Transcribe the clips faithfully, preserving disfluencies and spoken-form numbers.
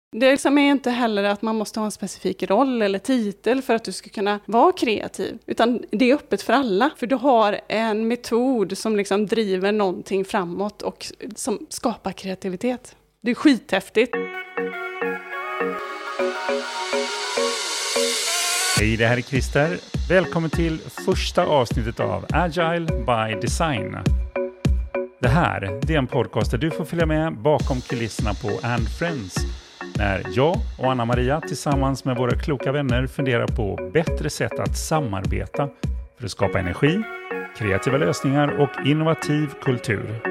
Det liksom är inte heller att man måste ha en specifik roll eller titel för att du ska kunna vara kreativ. Utan det är öppet för alla. För du har en metod som liksom driver någonting framåt och som skapar kreativitet. Det är skithäftigt. Hej, det här är Christer. Välkommen till första avsnittet av Agile by Design. Det här det är en podcast där du får följa med bakom kulisserna på And Friends. När jag och Anna-Maria tillsammans med våra kloka vänner funderar på bättre sätt att samarbeta för att skapa energi, kreativa lösningar och innovativ kultur.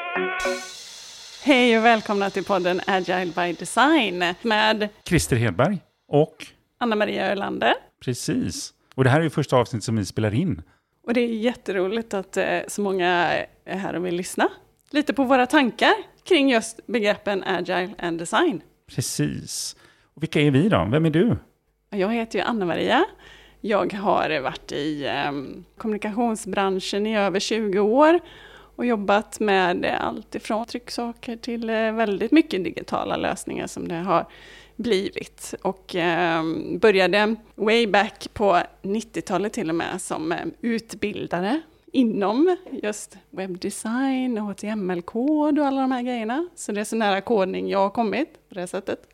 Hej och välkomna till podden Agile by Design med Christer Hedberg och Anna-Maria Ölander. Precis. Och det här är ju första avsnitt som vi spelar in. Och det är jätteroligt att eh, så många är här och vill lyssna lite på våra tankar kring just begreppen Agile and Design. Precis. Och vilka är vi då? Vem är du? Jag heter ju Anna-Maria. Jag har varit i eh, kommunikationsbranschen i över tjugo år och jobbat med allt ifrån trycksaker till eh, väldigt mycket digitala lösningar som det har blivit. Och eh, började way back på nittiotalet till och med som eh, utbildare inom just webbdesign och H T M L-kod och alla de här grejerna. Så det är så nära kodning jag har kommit på det sättet.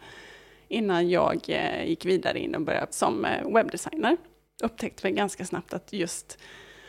Innan jag eh, gick vidare in och började som eh, webbdesigner. Upptäckte vi ganska snabbt att just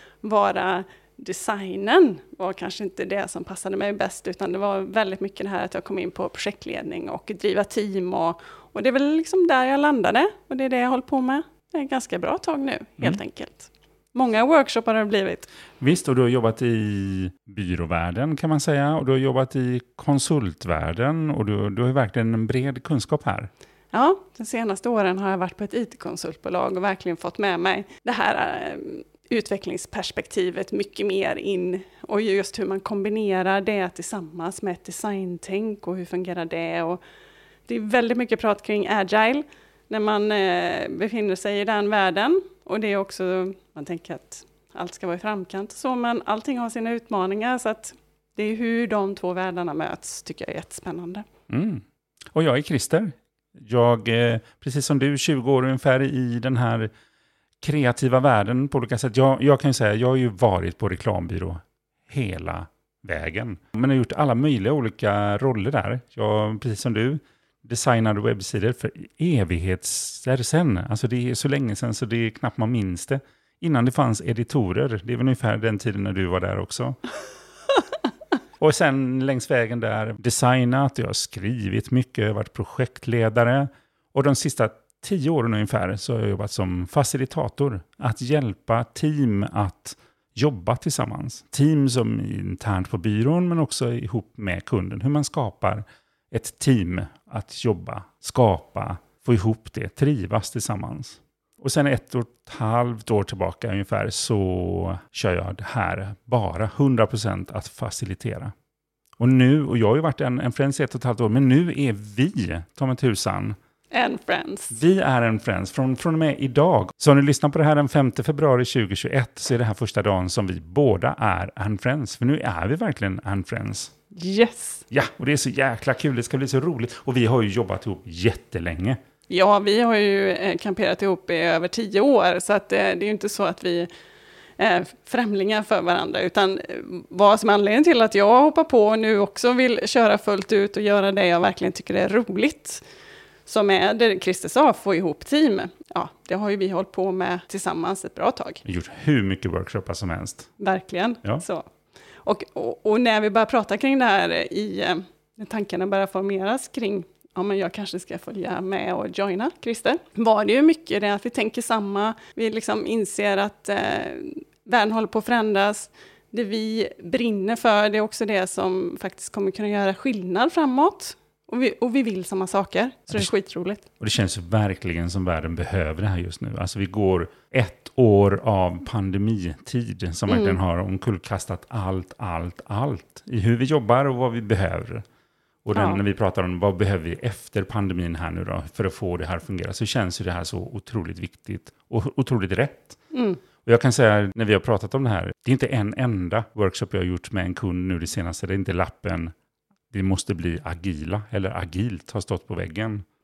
vara designen var kanske inte det som passade mig bäst, utan det var väldigt mycket det här att jag kom in på projektledning och driva team och, och det är väl liksom där jag landade och det är det jag håller på med. Det är ett ganska bra tag nu, helt mm. enkelt. Många workshoppar har det blivit. Visst, och du har jobbat i byråvärlden kan man säga, och du har jobbat i konsultvärlden och du, du har verkligen en bred kunskap här. Ja, de senaste åren har jag varit på ett I T-konsultbolag och verkligen fått med mig det här äh, utvecklingsperspektivet mycket mer in och just hur man kombinerar det tillsammans med ett designtänk och hur fungerar det. Och det är väldigt mycket prat kring Agile när man äh, befinner sig i den världen. Och det är också, man tänker att allt ska vara i framkant och så, men allting har sina utmaningar så att det är hur de två världarna möts tycker jag är jättespännande. Mm. Och jag är Christer. Jag, eh, precis som du, tjugo år ungefär i den här kreativa världen på olika sätt. Jag, jag kan ju säga, jag har ju varit på reklambyrå hela vägen. Men har gjort alla möjliga olika roller där. Jag, precis som du, designade webbsidor för evigheter sedan. Alltså det är så länge sedan så det är knappt man minns det. Innan det fanns editorer. Det är väl ungefär den tiden när du var där också. Och sen längs vägen där designat, jag har skrivit mycket, jag har varit projektledare. Och de sista tio åren ungefär så har jag jobbat som facilitator. Att hjälpa team att jobba tillsammans. Team som är internt på byrån men också ihop med kunden. Hur man skapar ett team att jobba, skapa, få ihop det, trivas tillsammans. Och sen ett och ett halvt år tillbaka ungefär så kör jag det här bara hundra procent att facilitera. Och nu, och jag har ju varit en, en friends i ett och ett halvt år, men nu är vi, ta mig tusan, en friends. Vi är en friends från, från och med idag. Så om ni lyssnar på det här den femte februari tjugohundratjugoett så är det här första dagen som vi båda är en friends. För nu är vi verkligen en friends. Yes! Ja, och det är så jäkla kul. Det ska bli så roligt. Och vi har ju jobbat ihop jättelänge. Ja, vi har ju kamperat ihop i över tio år. Så att det, det är ju inte så att vi är främlingar för varandra. Utan vad som är anledningen till att jag hoppar på och nu också vill köra fullt ut och göra det jag verkligen tycker är roligt. Som är det Christer sa, få ihop team. Ja, det har ju vi hållit på med tillsammans ett bra tag. Vi har gjort hur mycket workshoppar som helst. Verkligen, ja. så. Och, och, och när vi börjar prata kring det här i när tankarna börjar formeras kring ja men jag kanske ska följa med och joina Christer. Var det ju mycket det att vi tänker samma. Vi liksom inser att eh, världen håller på att förändras. Det vi brinner för det är också det som faktiskt kommer kunna göra skillnad framåt. Och vi, och vi vill samma saker, så det är skitroligt. Och det känns verkligen som världen behöver det här just nu. Alltså vi går ett år av pandemitid som mm. verkligen har omkullkastat allt, allt, allt. I hur vi jobbar och vad vi behöver. Och den, ja. när vi pratar om vad behöver vi efter pandemin här nu då för att få det här att fungera. Så känns ju det här så otroligt viktigt och otroligt rätt. Mm. Och jag kan säga när vi har pratat om det här, det är inte en enda workshop jag har gjort med en kund nu det senaste. Det är inte lappen. Det måste bli agila eller agilt har stått på väggen.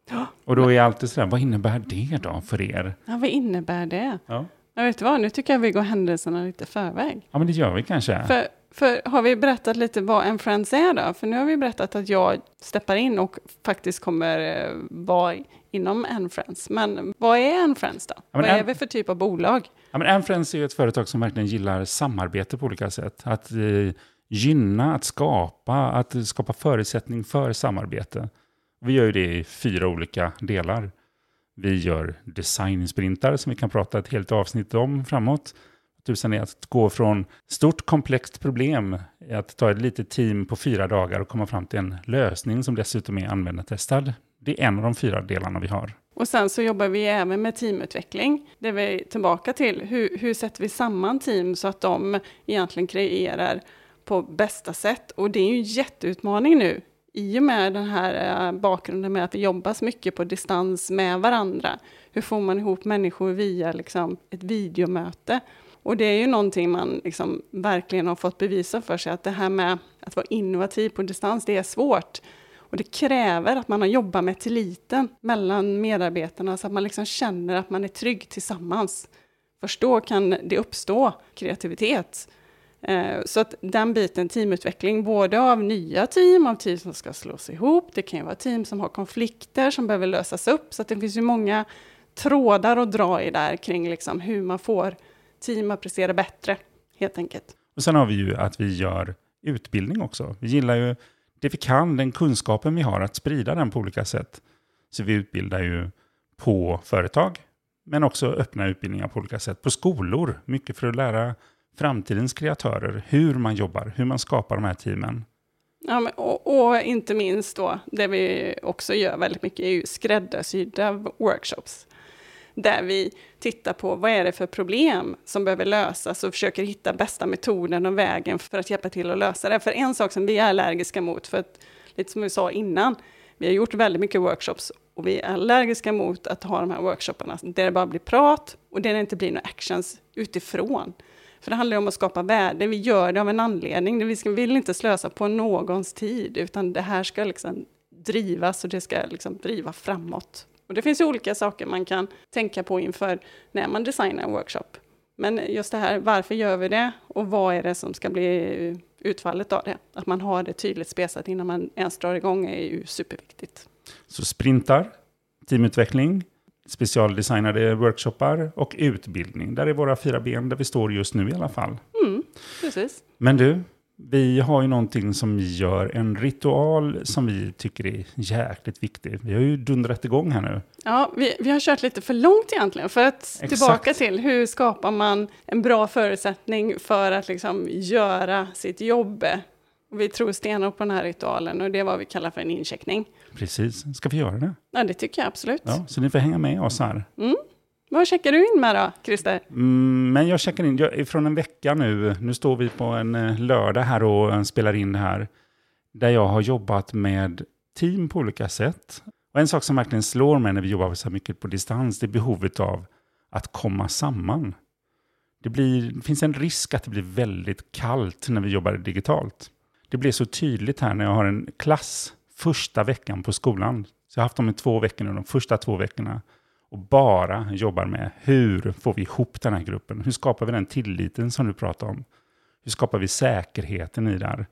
Och då är alltid sådär, vad innebär det då för er? Ja, vad innebär det? Ja. Jag vet vad, nu tycker jag vi går händelserna lite förväg. Ja, men det gör vi kanske. För, för har vi berättat lite vad en Friends är då? För nu har vi berättat att jag steppar in och faktiskt kommer eh, vara inom en Friends. Men vad är en Friends då? Ja, vad är en... vi för typ av bolag? Ja, men en Friends är ju ett företag som verkligen gillar samarbete på olika sätt. Att eh, gynna, att skapa, att skapa förutsättning för samarbete. Vi gör ju det i fyra olika delar. Vi gör designsprintar som vi kan prata ett helt avsnitt om framåt. Tusen är att gå från stort komplext problem, att ta ett litet team på fyra dagar och komma fram till en lösning som dessutom är användartestad. Det är en av de fyra delarna vi har. Och sen så jobbar vi även med teamutveckling. Det vi är tillbaka till. Hur, hur sätter vi samman team så att de egentligen kreerar på bästa sätt? Och det är ju en jätteutmaning nu. I och med den här bakgrunden med att vi jobbar så mycket på distans med varandra. Hur får man ihop människor via liksom ett videomöte? Och det är ju någonting man liksom verkligen har fått bevisa för sig. Att det här med att vara innovativ på distans, det är svårt. Och det kräver att man har jobbat med tilliten mellan medarbetarna. Så att man liksom känner att man är trygg tillsammans. Först då kan det uppstå kreativitet. Så att den biten, teamutveckling, både av nya team, av team som ska slås ihop. Det kan ju vara team som har konflikter som behöver lösas upp. Så att det finns ju många trådar att dra i där kring liksom hur man får team att prestera bättre, helt enkelt. Och sen har vi ju att vi gör utbildning också. Vi gillar ju det vi kan, den kunskapen vi har, att sprida den på olika sätt. Så vi utbildar ju på företag, men också öppna utbildningar på olika sätt. På skolor, mycket för att lära framtidens kreatörer, hur man jobbar, hur man skapar de här teamen. Ja, men, och, och inte minst då, det vi också gör väldigt mycket är ju skräddarsydda workshops. Där vi tittar på vad är det för problem som behöver lösas och försöker hitta bästa metoden och vägen för att hjälpa till att lösa det. För en sak som vi är allergiska mot, för att, lite som vi sa innan, vi har gjort väldigt mycket workshops och vi är allergiska mot att ha de här workshopparna där det bara blir prat och där det inte blir några actions utifrån. För det handlar om att skapa värde. Vi gör det av en anledning. Vi ska, vill inte slösa på någons tid. Utan det här ska liksom drivas och det ska liksom driva framåt. Och det finns ju olika saker man kan tänka på inför när man designar en workshop. Men just det här, varför gör vi det? Och vad är det som ska bli utfallet av det? Att man har det tydligt spesat innan man ens drar igång är ju superviktigt. Så sprintar, teamutveckling, specialdesignade workshoppar och utbildning. Där är våra fyra ben där vi står just nu i alla fall. Mm, precis. Men du, vi har ju någonting som vi gör, en ritual som vi tycker är jäkligt viktig. Vi har ju dundrat igång här nu. Ja, vi, vi har kört lite för långt egentligen. För att Exakt. Tillbaka till hur skapar man en bra förutsättning för att liksom göra sitt jobb. Och vi tror stenhårt på den här ritualen och det är vad vi kallar för en incheckning. Precis, ska vi göra det? Ja, det tycker jag absolut. Ja, så ni får hänga med oss här. Mm. Vad checkar du in med då, Christer? Mm, men jag checkar in, jag, från en vecka nu, nu står vi på en eh, lördag här och eh, spelar in det här. Där jag har jobbat med team på olika sätt. Och en sak som verkligen slår mig när vi jobbar så mycket på distans, det är behovet av att komma samman. Det, blir, det finns en risk att det blir väldigt kallt när vi jobbar digitalt. Det blir så tydligt här när jag har en klass första veckan på skolan. Så jag har haft dem i två veckor nu, de första två veckorna. Och bara jobbar med hur får vi ihop den här gruppen? Hur skapar vi den tilliten som du pratar om? Hur skapar vi säkerheten i där?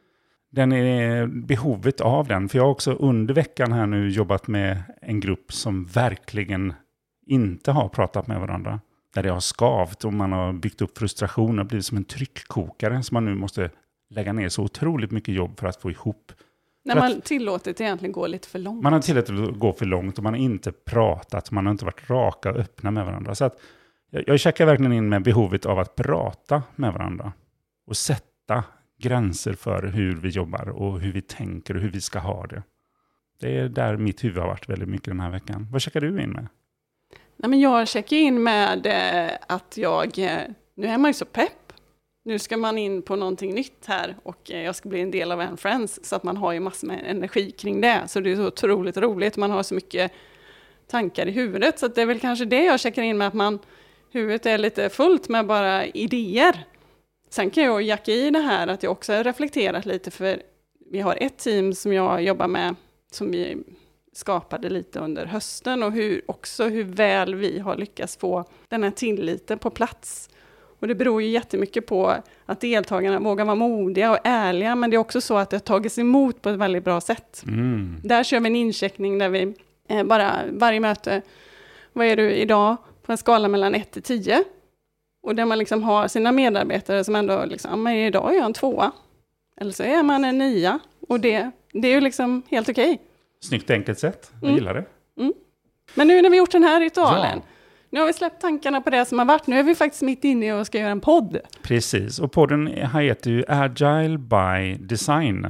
Den är behovet av den. För jag har också under veckan här nu jobbat med en grupp som verkligen inte har pratat med varandra. Där det har skavt och man har byggt upp frustration och blivit som en tryckkokare som man nu måste lägga ner så otroligt mycket jobb för att få ihop. När man att, tillåtit egentligen gå lite för långt. Man har tillåtit att gå för långt och man har inte pratat. Man har inte varit raka och öppna med varandra. Så att jag, jag checkar verkligen in med behovet av att prata med varandra. Och sätta gränser för hur vi jobbar och hur vi tänker och hur vi ska ha det. Det är där mitt huvud har varit väldigt mycket den här veckan. Vad checkar du in med? Nej, men jag checkar in med eh, att jag, eh, nu är man ju så pepp. Nu ska man in på någonting nytt här och eh, jag ska bli en del av en Friends. Så att man har ju massor med energi kring det. Så det är så otroligt roligt. Man har så mycket tankar i huvudet. Så att det är väl kanske det jag checkar in med, att man, huvudet är lite fullt med bara idéer. Sen kan jag jacka i det här att jag också har reflekterat lite, för vi har ett team som jag jobbar med som vi skapade lite under hösten och hur, också hur väl vi har lyckats få den här tilliten på plats. Och det beror ju jättemycket på att deltagarna vågar vara modiga och ärliga, men det är också så att det har tagits emot på ett väldigt bra sätt. Mm. Där kör vi en incheckning där vi eh, bara varje möte, vad är du idag på en skala mellan ett till tio? Och där man liksom har sina medarbetare som ändå liksom, men idag är jag en tvåa. Eller så är man en nia. Och det, det är ju liksom helt okej. Okay. Snyggt enkelt sätt. Jag mm. gillar det. Mm. Men nu när vi gjort den här ritualen. Ja. Nu har vi släppt tankarna på det som har varit. Nu är vi faktiskt mitt inne och ska göra en podd. Precis. Och podden här heter ju Agile by Design.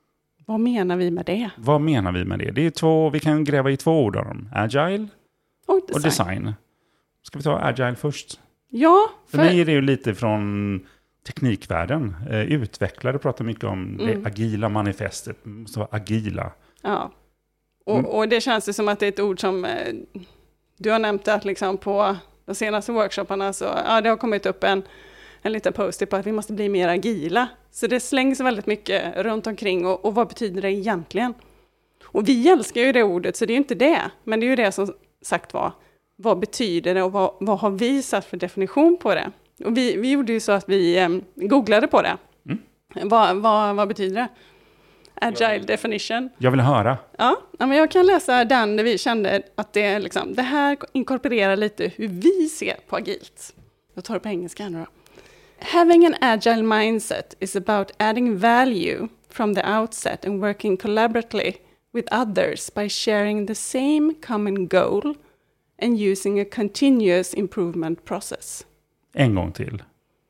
Vad menar vi med det? Vad menar vi med det? Det är två, vi kan gräva i två ord av dem. Agile och design. och design. Ska vi ta Agile först? Ja. För, för mig är det ju lite från teknikvärlden. Eh, utvecklare pratar mycket om mm. det agila manifestet. Det måste vara agila. Ja. Och, mm. och det känns ju som att det är ett ord som eh, du har nämnt att liksom på de senaste workshopparna så ja, det har kommit upp en, en liten post på att vi måste bli mer agila. Så det slängs väldigt mycket runt omkring och, och vad betyder det egentligen? Och vi älskar ju det ordet så det är ju inte det. Men det är ju det som sagt var. Vad betyder det och vad, vad har vi satt för definition på det? Och vi, vi gjorde ju så att vi eh, googlade på det. Mm. Vad, vad, vad betyder det? Agile definition. Jag vill höra. Ja, men jag kan läsa den där vi kände att det, liksom, det här inkorporerar lite hur vi ser på agilt. Jag tar det på engelska nu då. Having an agile mindset is about adding value from the outset and working collaboratively with others by sharing the same common goal and using a continuous improvement process. En gång till.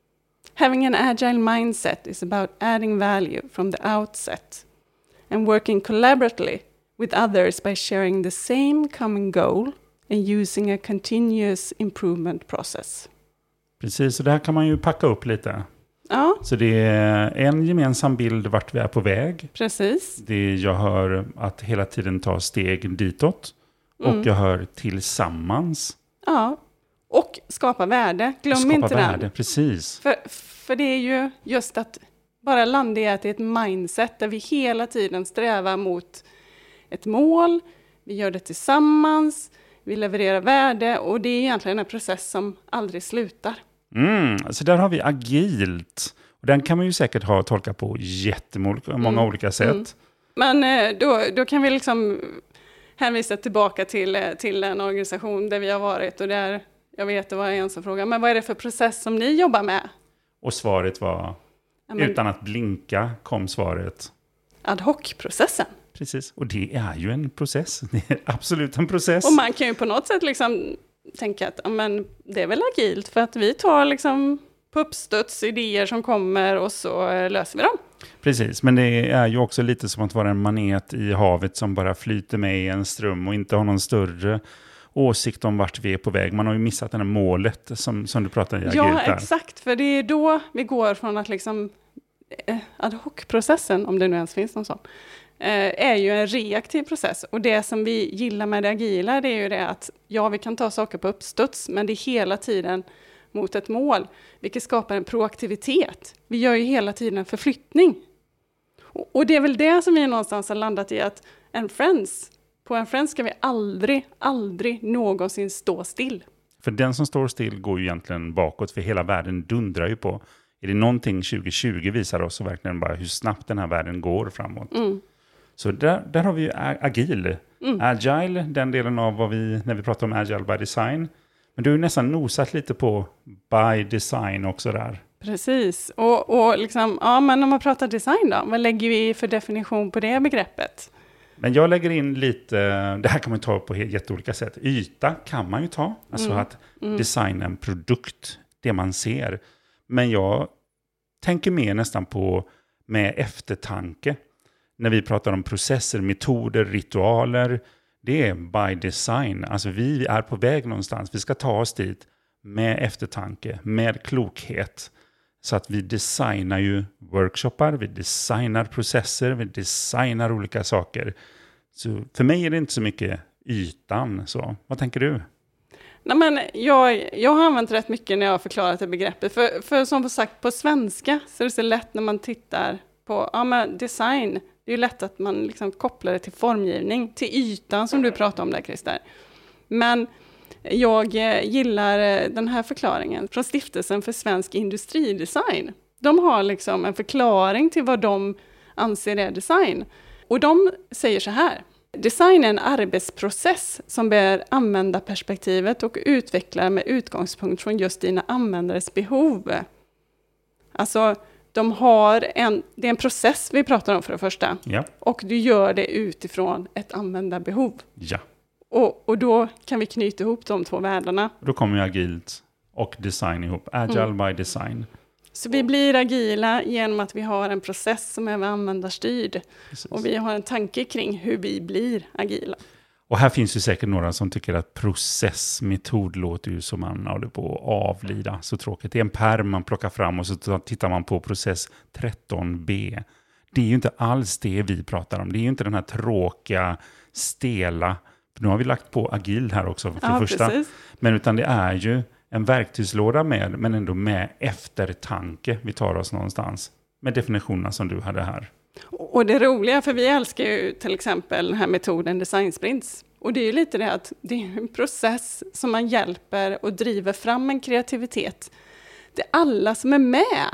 Having an agile mindset is about adding value from the outset and working collaboratively with others by sharing the same common goal and using a continuous improvement process. Precis, så det här kan man ju packa upp lite. Ja. Så det är en gemensam bild vart vi är på väg. Precis. Det jag hör att hela tiden ta steg ditåt. Mm. Och jag hör tillsammans. Ja, och skapa värde. Glöm skapa inte värde, den. Precis. För, för det är ju just att bara landa i att det är ett mindset där vi hela tiden strävar mot ett mål. Vi gör det tillsammans. Vi levererar värde och det är egentligen en process som aldrig slutar. Mm, så där har vi agilt. Och den kan man ju säkert ha tolkat på jättemånga mm. olika sätt. Mm. Men då, då kan vi liksom hänvisa tillbaka till, till en organisation där vi har varit. Och där, jag vet det var en som frågade, men vad är det för process som ni jobbar med? Och svaret var, ja, men, utan att blinka kom svaret. Ad hoc-processen. Precis, och det är ju en process. Det är absolut en process. Och man kan ju på något sätt liksom tänka att ja, men det är väl agilt för att vi tar liksom på uppstuds idéer som kommer och så löser vi dem. Precis, men det är ju också lite som att vara en manet i havet som bara flyter med i en ström och inte har någon större åsikt om vart vi är på väg. Man har ju missat det här målet som, som du pratade om. Ja, exakt, för det är då vi går från att liksom eh, ad hoc-processen, om det nu ens finns någon sån, eh, är ju en reaktiv process. Och det som vi gillar med det agila, det är ju det att ja, vi kan ta saker på uppstuds, men det är hela tiden mot ett mål, vilket skapar en proaktivitet. Vi gör ju hela tiden en förflyttning. Och, och det är väl det som vi någonstans har landat i, att en friends, på en friends ska vi aldrig, aldrig någonsin stå still. För den som står still går ju egentligen bakåt, för hela världen dundrar ju på. Är det någonting tjugo tjugo visar oss så verkligen bara hur snabbt den här världen går framåt. Mm. Så där, där har vi ju agil. Mm. Agile, den delen av vad vi, när vi pratar om agile by design. Men du har ju nästan nosat lite på by design också där. Precis. Och, och liksom, ja, men om man pratar design då, vad lägger vi för definition på det begreppet? Men jag lägger in lite, det här kan man ta på jätteolika sätt. Yta kan man ju ta, alltså mm. att mm. designa en produkt, det man ser. Men jag tänker mer nästan på med eftertanke. När vi pratar om processer, metoder, ritualer, det är by design. Alltså vi är på väg någonstans. Vi ska ta oss dit med eftertanke, med klokhet. Så att vi designar ju workshoppar, vi designar processer, vi designar olika saker. Så för mig är det inte så mycket ytan. Så. Vad tänker du? Nej, men jag, jag har använt rätt mycket när jag har förklarat det begreppet. För, för som sagt, på svenska så är det så lätt när man tittar på ja, men design. Det är ju lätt att man liksom kopplar det till formgivning, till ytan som du pratade om där, Christer. Men jag gillar den här förklaringen från Stiftelsen för svensk industridesign. De har liksom en förklaring till vad de anser är design. Och de säger så här: design är en arbetsprocess som bär användarperspektivet och utvecklar med utgångspunkt från just dina användares behov. Alltså, de har en, det är en process vi pratar om för det första. Ja. Och du gör det utifrån ett användarbehov. Ja. Och, och då kan vi knyta ihop de två världarna. Då kommer ju agilt och design ihop. Agile Mm. by design. Så vi blir agila genom att vi har en process som är användarstyrd. Precis. Och vi har en tanke kring hur vi blir agila. Och här finns ju säkert några som tycker att processmetod låter ju som man håller på att avlida. Så tråkigt. Det är en pärm man plockar fram och så tittar man på process tretton B. Det är ju inte alls det vi pratar om. Det är ju inte den här tråkiga, stela. Nu har vi lagt på agil här också för Ja, första. precis. Men utan det är ju en verktygslåda med, men ändå med eftertanke. Vi tar oss någonstans med definitionerna som du hade här. Och det roliga, för vi älskar ju till exempel den här metoden design sprints. Och det är ju lite det att det är en process som man hjälper och driver fram en kreativitet. Det är alla som är med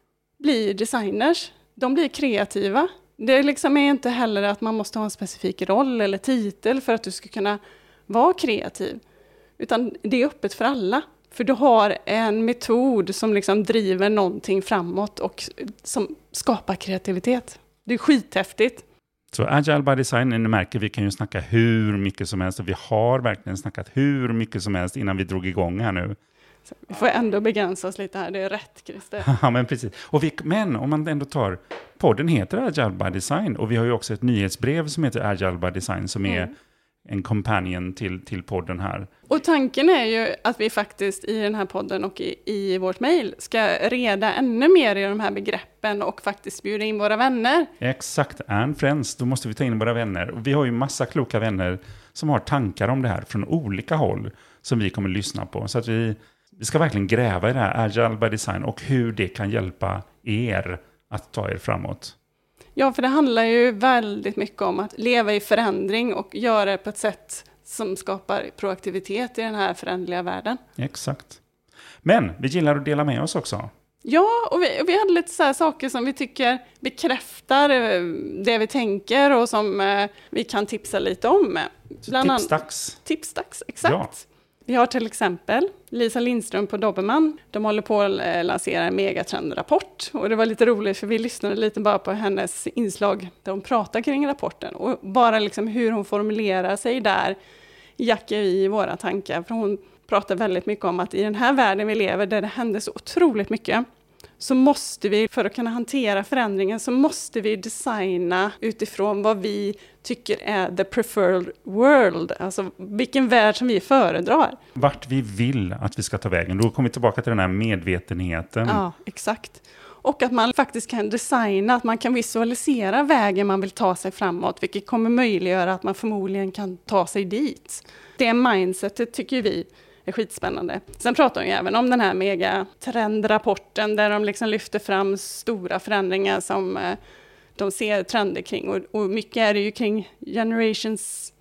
blir designers. De blir kreativa. Det liksom är inte heller att man måste ha en specifik roll eller titel för att du ska kunna vara kreativ. Utan det är öppet för alla. För du har en metod som liksom driver någonting framåt och som skapar kreativitet. Det är skithäftigt. Så Agile by Design, ni märker, vi kan ju snacka hur mycket som helst. Och vi har verkligen snackat hur mycket som helst innan vi drog igång här nu. Så vi får ändå begränsa oss lite här, det är rätt, Christer. Ja, men precis. Och vi, men om man ändå tar, podden heter Agile by Design. Och vi har ju också ett nyhetsbrev som heter Agile by Design som är mm. en companion till, till podden här. Och tanken är ju att vi faktiskt i den här podden och i, i vårt mejl ska reda ännu mer i de här begreppen och faktiskt bjuda in våra vänner. Exakt, and friends, då måste vi ta in våra vänner. Och vi har ju massa kloka vänner som har tankar om det här från olika håll som vi kommer lyssna på. Så att vi, vi ska verkligen gräva i det här Agile by Design och hur det kan hjälpa er att ta er framåt. Ja, för det handlar ju väldigt mycket om att leva i förändring och göra det på ett sätt som skapar proaktivitet i den här föränderliga världen. Exakt. Men vi gillar att dela med oss också. Ja, och vi, och vi hade lite så här saker som vi tycker bekräftar det vi tänker och som eh, vi kan tipsa lite om. Bland tipsdags. An- tipsdags, exakt. Ja. Vi har till exempel Lisa Lindström på Dobermann. De håller på att lansera en megatrendrapport. Och det var lite roligt för vi lyssnade lite bara på hennes inslag där hon pratar kring rapporten. Och bara liksom hur hon formulerar sig där jackar vi i våra tankar. För hon pratar väldigt mycket om att i den här världen vi lever där det händer så otroligt mycket. Så måste vi, för att kunna hantera förändringen, så måste vi designa utifrån vad vi tycker är the preferred world. Alltså vilken värld som vi föredrar. Vart vi vill att vi ska ta vägen. Då kommer vi tillbaka till den här medvetenheten. Ja, exakt. Och att man faktiskt kan designa, att man kan visualisera vägen man vill ta sig framåt. Vilket kommer möjliggöra att man förmodligen kan ta sig dit. Det mindsetet tycker vi är skitspännande. Sen pratar de ju även om den här megatrendrapporten där de liksom lyfter fram stora förändringar som eh, de ser trender kring. Och, och mycket är det ju kring Generations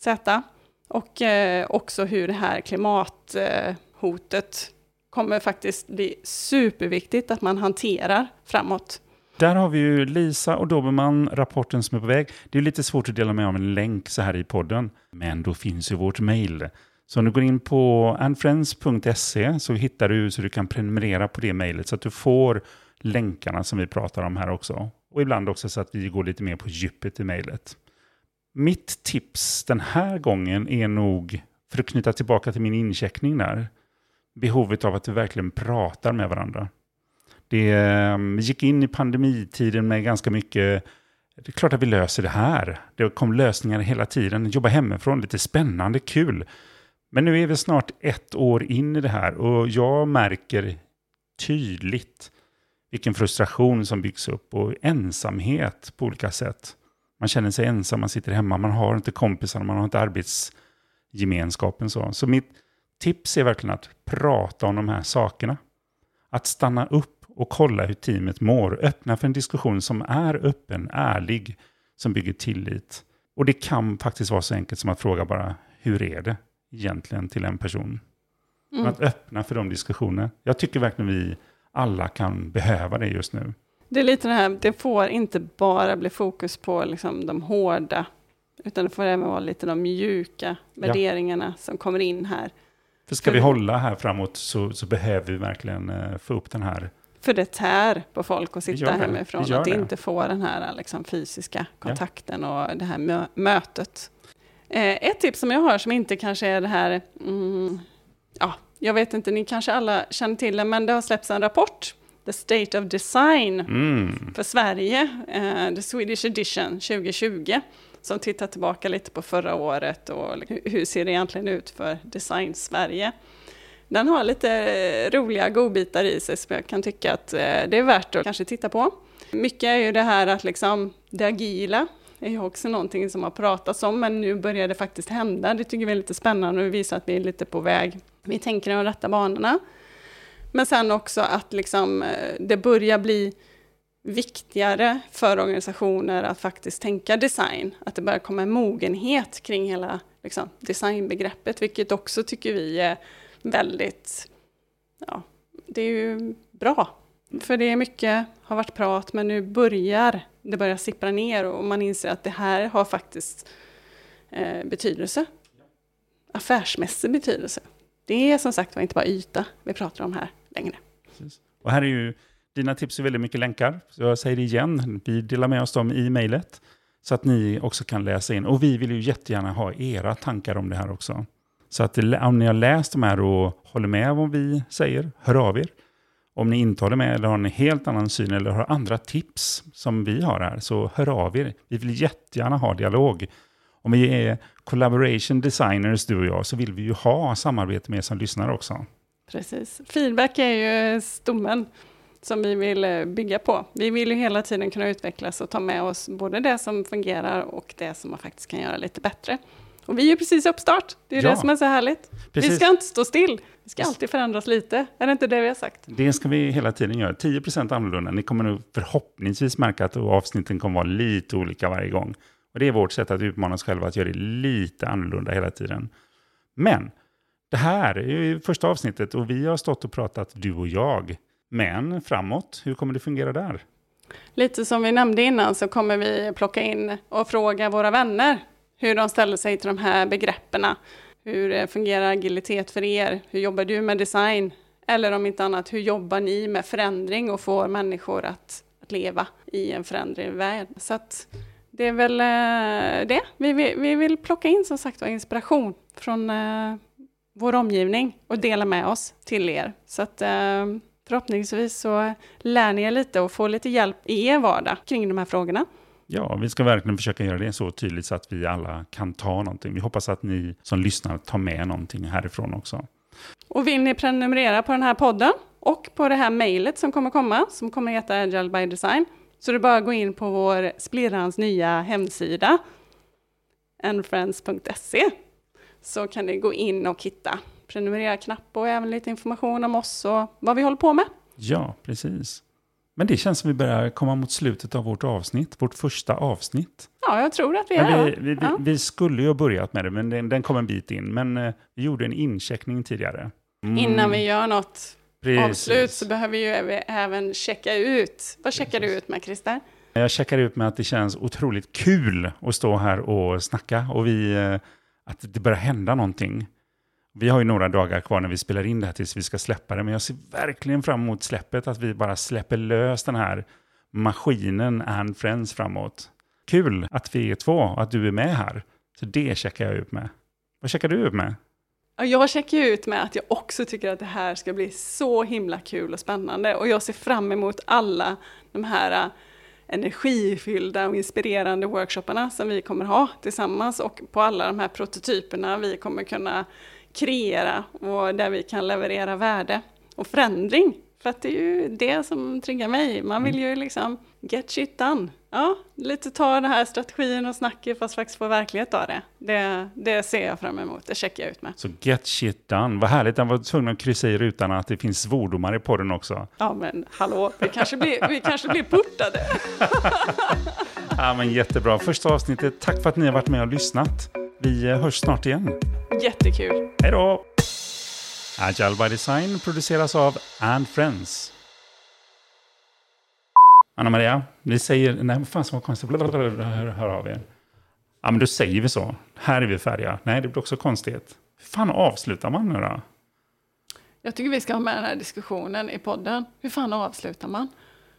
Z och eh, också hur det här klimathotet kommer faktiskt bli superviktigt att man hanterar framåt. Där har vi ju Lisa och Dobermann, rapporten som är på väg. Det är lite svårt att dela med av en länk så här i podden. Men då finns ju vårt mejl. Så om du går in på andfriends punkt se så hittar du så du kan prenumerera på det mejlet så att du får länkarna som vi pratar om här också. Och ibland också så att vi går lite mer på djupet i mejlet. Mitt tips den här gången är nog, för att knyta tillbaka till min incheckning där, behovet av att vi verkligen pratar med varandra. Det um, gick in i pandemitiden med ganska mycket, det är klart att vi löser det här. Det kom lösningar hela tiden, jobba hemifrån, lite spännande, kul. Men nu är vi snart ett år in i det här och jag märker tydligt vilken frustration som byggs upp och ensamhet på olika sätt. Man känner sig ensam, man sitter hemma, man har inte kompisar, man har inte arbetsgemenskapen. Så, så mitt tips är verkligen att prata om de här sakerna. Att stanna upp och kolla hur teamet mår. Öppna för en diskussion som är öppen, ärlig. som bygger tillit. Och det kan faktiskt vara så enkelt som att fråga bara, hur är det egentligen till en person? Mm. Att öppna för de diskussioner. Jag tycker verkligen vi alla kan behöva det just nu. Det är lite det här, det får inte bara bli fokus på liksom de hårda, utan det får även vara lite de mjuka värderingarna ja. som kommer in här. För ska för vi hålla här framåt så, så behöver vi verkligen uh, få upp den här. För det tär på folk att sitta hemifrån, att det. inte få den här liksom, fysiska kontakten ja. och det här mö- mötet. Eh, ett tips som jag har som inte kanske är det här, mm, ja, jag vet inte, ni kanske alla känner till det, men det har släppts en rapport, The State of Design mm. för Sverige, eh, The Swedish Edition tjugo tjugo, som tittar tillbaka lite på förra året och hur ser det egentligen ut för Design Sverige. Den har lite roliga godbitar i sig som jag kan tycka att det är värt att kanske titta på. Mycket är ju det här att liksom det agila är ju också någonting som har pratats om, men nu börjar det faktiskt hända. Det tycker vi är lite spännande och det visar att vi är lite på väg. Vi tänker de rätta banorna. Men sen också att liksom det börjar bli viktigare för organisationer att faktiskt tänka design. Att det börjar komma en mogenhet kring hela liksom, designbegreppet, vilket också tycker vi är väldigt, ja, det är ju bra. För det är mycket, har varit prat, men nu börjar det börjar sippra ner och man inser att det här har faktiskt eh, betydelse. Affärsmässig betydelse. Det är som sagt var inte bara yta vi pratar om här längre. Precis. Och här är ju, dina tips är väldigt mycket länkar. Så jag säger det igen, vi delar med oss dem i mejlet så att ni också kan läsa in. Och vi vill ju jättegärna ha era tankar om det här också. Så att om ni har läst de här och håller med vad vi säger, hör av er. Om ni inte håller med eller har en helt annan syn eller har andra tips som vi har här, så hör av er. Vi vill jättegärna ha dialog. Om vi är collaboration designers, du och jag, så vill vi ju ha samarbete med er som lyssnar också. Precis. Feedback är ju stommen som vi vill bygga på. Vi vill ju hela tiden kunna utvecklas och ta med oss både det som fungerar och det som man faktiskt kan göra lite bättre. Och vi är ju precis uppstart. Det är ja. det som är så härligt. Precis. Vi ska inte stå still. Vi ska alltid förändras lite. Är det inte det vi har sagt? Det ska vi hela tiden göra. tio procent annorlunda. Ni kommer nog förhoppningsvis märka att avsnitten kommer vara lite olika varje gång. Och det är vårt sätt att utmana oss själva att göra det lite annorlunda hela tiden. Men det här är ju första avsnittet och vi har stått och pratat, du och jag. Men framåt, hur kommer det fungera där? Lite som vi nämnde innan så kommer vi plocka in och fråga våra vänner hur de ställer sig till de här begrepperna. Hur fungerar agilitet för er? Hur jobbar du med design? Eller om inte annat, hur jobbar ni med förändring och får människor att, att leva i en förändrad värld? Så att det är väl det. Vi vill, vi vill plocka in som sagt inspiration från uh, vår omgivning och dela med oss till er. Så att uh, förhoppningsvis så lär ni er lite och får lite hjälp i er vardag kring de här frågorna. Ja, vi ska verkligen försöka göra det så tydligt så att vi alla kan ta någonting. Vi hoppas att ni som lyssnar tar med någonting härifrån också. Och vill ni prenumerera på den här podden och på det här mejlet som kommer komma, som kommer heta Agile by Design, så det är bara att gå in på vår Splirrans nya hemsida en friends punkt se, så kan ni gå in och hitta prenumerera-knapp och även lite information om oss och vad vi håller på med. Ja, precis. Men det känns som vi börjar komma mot slutet av vårt avsnitt, vårt första avsnitt. Ja, jag tror att vi är men vi, det. Vi, ja. vi skulle ju ha börjat med det, men den, den kom en bit in. Men eh, vi gjorde en incheckning tidigare. Mm. Innan vi gör något Precis. avslut så behöver vi ju även checka ut. Vad checkar Precis. du ut med, Christer? Jag checkar ut med att det känns otroligt kul att stå här och snacka. Och vi, eh, att det börjar hända någonting. Vi har ju några dagar kvar när vi spelar in det här tills vi ska släppa det. Men jag ser verkligen fram emot släppet. Att vi bara släpper lös den här maskinen and friends framåt. Kul att vi är två och att du är med här. Så det checkar jag ut med. Vad checkar du ut med? Jag checkar ut med att jag också tycker att det här ska bli så himla kul och spännande. Och jag ser fram emot alla de här energifyllda och inspirerande workshopparna som vi kommer ha tillsammans. Och på alla de här prototyperna vi kommer kunna kreera och där vi kan leverera värde och förändring. För att det är ju det som triggar mig. Man vill ju liksom get shit done. Ja, lite ta den här strategin och snacket fast faktiskt få verklighet av det. det. Det ser jag fram emot, det checkar jag ut med. Så get shit done. Vad härligt, jag var tvungen att kryssa i rutan att det finns svordomar i podden också. Ja men hallå, vi kanske blir, vi kanske blir portade. Ja, men jättebra. Första avsnittet. Tack för att ni har varit med och lyssnat. Vi hörs snart igen. Jättekul. Hej då! Agile by Design produceras av And Friends. Anna-Maria, vi säger... Nej, vad fan som var konstigt. Hör, hör av er. Ja, men då säger vi så. Här är vi färdiga. Nej, det blir också konstigt. Hur fan avslutar man nu då? Jag tycker vi ska ha med den här diskussionen i podden. Hur fan avslutar man?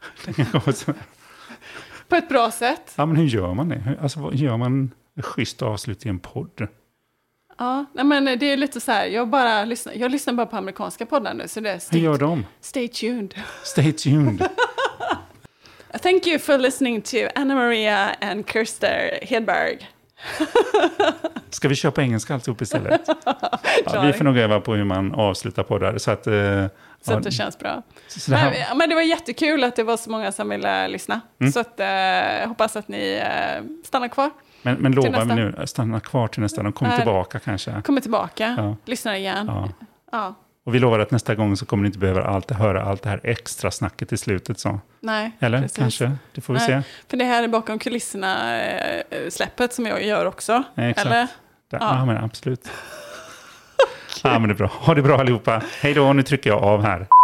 På ett bra sätt. Ja, men hur gör man det? Alltså, vad gör man ett schysst avslut i en podd? Ja, nej, men det är lite så här. Jag, bara lyssnar, jag lyssnar bara på amerikanska poddar nu. Så det är stay, hur gör de? Stay tuned. Stay tuned. Thank you for listening to Anna-Maria and Kirster Hedberg. Ska vi köpa engelska alltihop istället? Ja, vi får nog öva på hur man avslutar på det. Så att, eh, så ja, att det känns bra. Så det, här... men, men det var jättekul att det var så många som ville lyssna. Mm. Så att, eh, jag hoppas att ni eh, stannar kvar. Men, men lovar vi nu, stanna kvar till nästa. De kommer tillbaka kanske. Kommer tillbaka, ja. Lyssnar igen. Ja. Ja. Och vi lovar att nästa gång så kommer ni inte behöva allt, höra allt det här extra snacket i slutet. Så. Nej, eller precis. Kanske, det får vi Nej, se. För det här är bakom kulisserna äh, släppet som jag gör också. Nej, exakt. Eller? Ja, ja, men absolut. Okay. Ja, men det är bra. Ha det bra allihopa. Hej då, nu trycker jag av här.